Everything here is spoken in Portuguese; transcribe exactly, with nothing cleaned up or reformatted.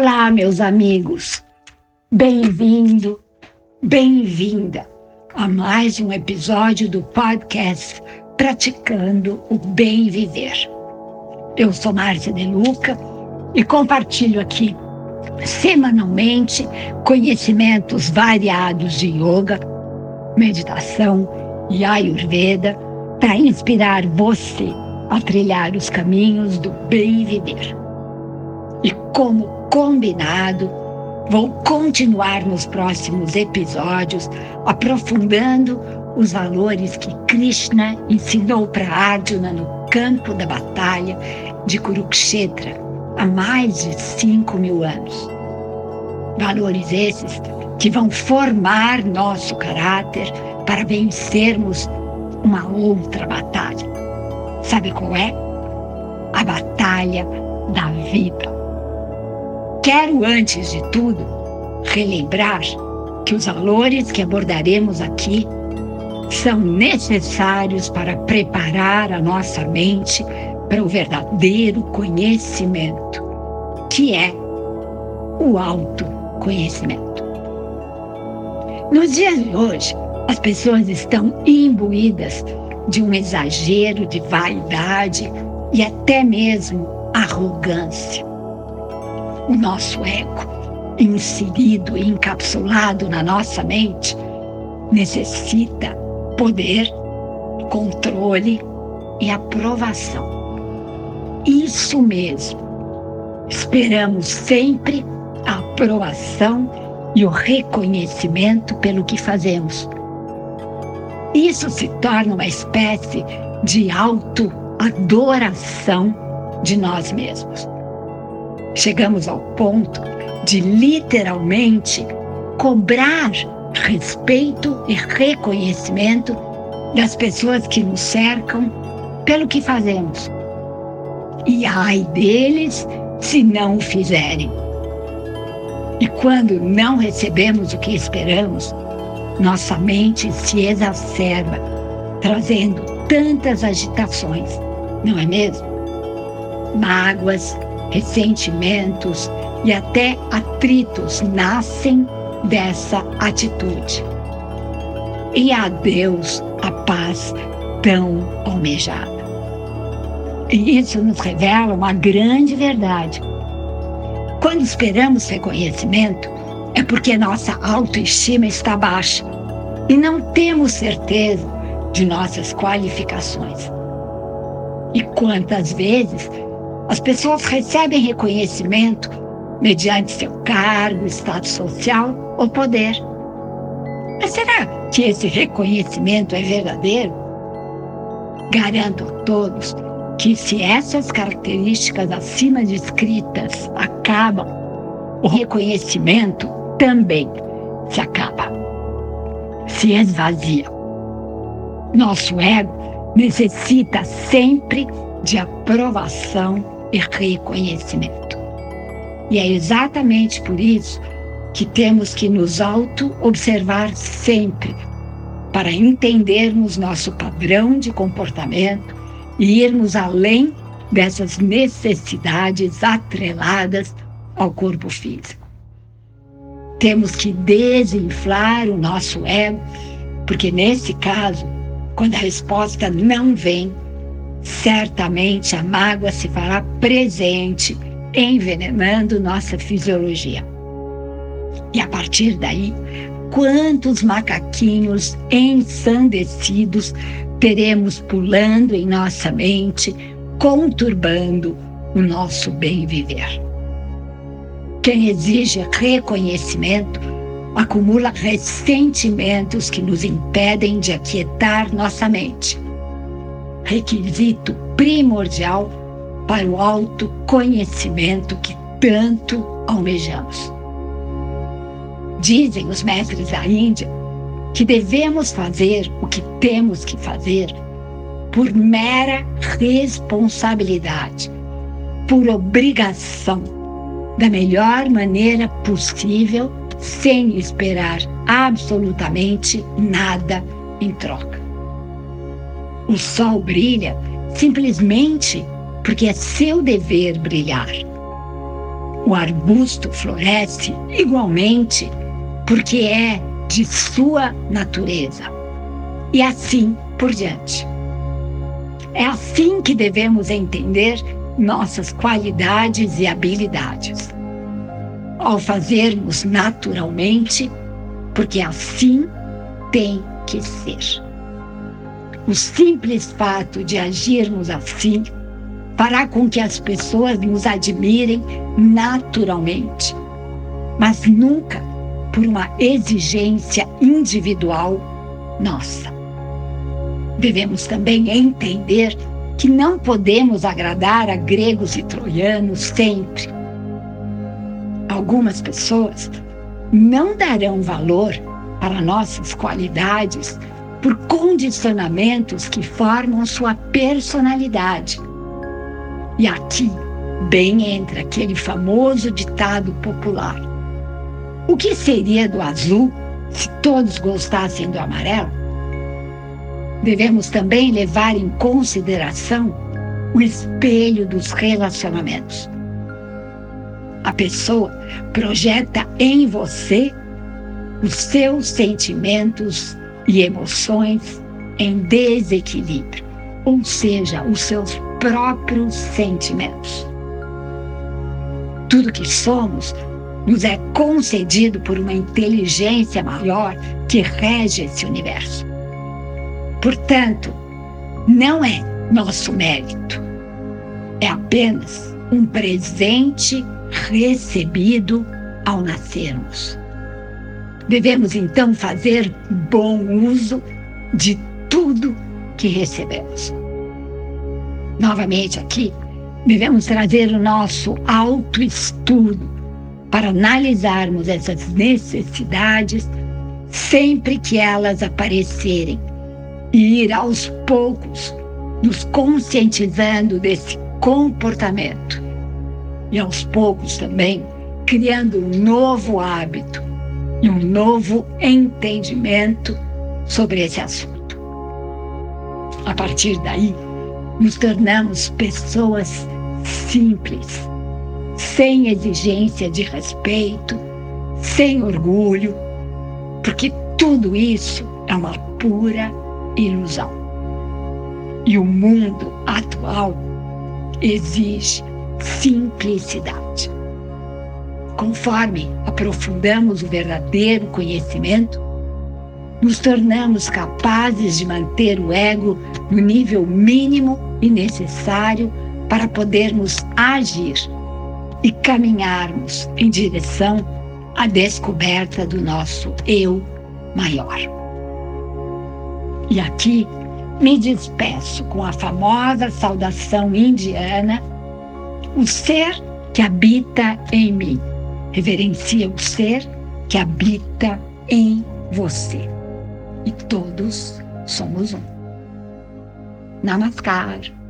Olá, meus amigos. Bem-vindo, bem-vinda a mais um episódio do podcast Praticando o Bem Viver. Eu sou Márcia De Luca e compartilho aqui semanalmente conhecimentos variados de yoga, meditação e ayurveda para inspirar você a trilhar os caminhos do bem viver. E como combinado, vou continuar nos próximos episódios aprofundando os valores que Krishna ensinou para Arjuna no campo da batalha de Kurukshetra há mais de cinco mil anos. Valores esses que vão formar nosso caráter para vencermos uma outra batalha. Sabe qual é? A batalha da vida. Quero, antes de tudo, relembrar que os valores que abordaremos aqui são necessários para preparar a nossa mente para o verdadeiro conhecimento, que é o autoconhecimento. Nos dias de hoje, as pessoas estão imbuídas de um exagero de vaidade e até mesmo arrogância. O nosso ego, inserido e encapsulado na nossa mente, necessita poder, controle e aprovação. Isso mesmo. Esperamos sempre a aprovação e o reconhecimento pelo que fazemos. Isso se torna uma espécie de auto-adoração de nós mesmos. Chegamos ao ponto de literalmente cobrar respeito e reconhecimento das pessoas que nos cercam pelo que fazemos. E ai deles se não o fizerem. E quando não recebemos o que esperamos, nossa mente se exacerba, trazendo tantas agitações, não é mesmo? Mágoas, ressentimentos e até atritos nascem dessa atitude. E adeus a paz tão almejada. E isso nos revela uma grande verdade. Quando esperamos reconhecimento, é porque nossa autoestima está baixa e não temos certeza de nossas qualificações. E quantas vezes as pessoas recebem reconhecimento mediante seu cargo, status social ou poder. Mas será que esse reconhecimento é verdadeiro? Garanto a todos que se essas características acima descritas acabam, o reconhecimento também se acaba, se esvazia. Nosso ego necessita sempre de aprovação e reconhecimento. E é exatamente por isso que temos que nos auto-observar sempre, para entendermos nosso padrão de comportamento e irmos além dessas necessidades atreladas ao corpo físico. Temos que desinflar o nosso ego, porque nesse caso, quando a resposta não vem, certamente a mágoa se fará presente, envenenando nossa fisiologia. E a partir daí, quantos macaquinhos ensandecidos teremos pulando em nossa mente, conturbando o nosso bem viver. Quem exige reconhecimento acumula ressentimentos que nos impedem de aquietar nossa mente. Requisito primordial para o autoconhecimento que tanto almejamos. Dizem os mestres da Índia que devemos fazer o que temos que fazer por mera responsabilidade, por obrigação, da melhor maneira possível, sem esperar absolutamente nada em troca. O sol brilha simplesmente porque é seu dever brilhar. o arbusto floresce igualmente porque é de sua natureza. E assim por diante. É assim que devemos entender nossas qualidades e habilidades. Ao fazermos naturalmente, porque assim tem que ser. O simples fato de agirmos assim fará com que as pessoas nos admirem naturalmente, mas nunca por uma exigência individual nossa. Devemos também entender que não podemos agradar a gregos e troianos sempre. Algumas pessoas não darão valor para nossas qualidades por condicionamentos que formam sua personalidade. E aqui bem entra aquele famoso ditado popular: o que seria do azul se todos gostassem do amarelo? Devemos também levar em consideração o espelho dos relacionamentos. A pessoa projeta em você os seus sentimentos e emoções em desequilíbrio, ou seja, os seus próprios sentimentos. Tudo que somos nos é concedido por uma inteligência maior que rege esse universo. Portanto, não é nosso mérito, é apenas um presente recebido ao nascermos. Devemos então fazer bom uso de tudo que recebemos. Novamente aqui, devemos trazer o nosso autoestudo para analisarmos essas necessidades sempre que elas aparecerem e ir aos poucos nos conscientizando desse comportamento e aos poucos também criando um novo hábito e um novo entendimento sobre esse assunto. A partir daí, nos tornamos pessoas simples, sem exigência de respeito, sem orgulho, porque tudo isso é uma pura ilusão. E o mundo atual exige simplicidade. Conforme aprofundamos o verdadeiro conhecimento, nos tornamos capazes de manter o ego no nível mínimo e necessário para podermos agir e caminharmos em direção à descoberta do nosso eu maior. E aqui me despeço com a famosa saudação indiana: o ser que habita em mim reverencia o ser que habita em você. E todos somos um. Namaskar.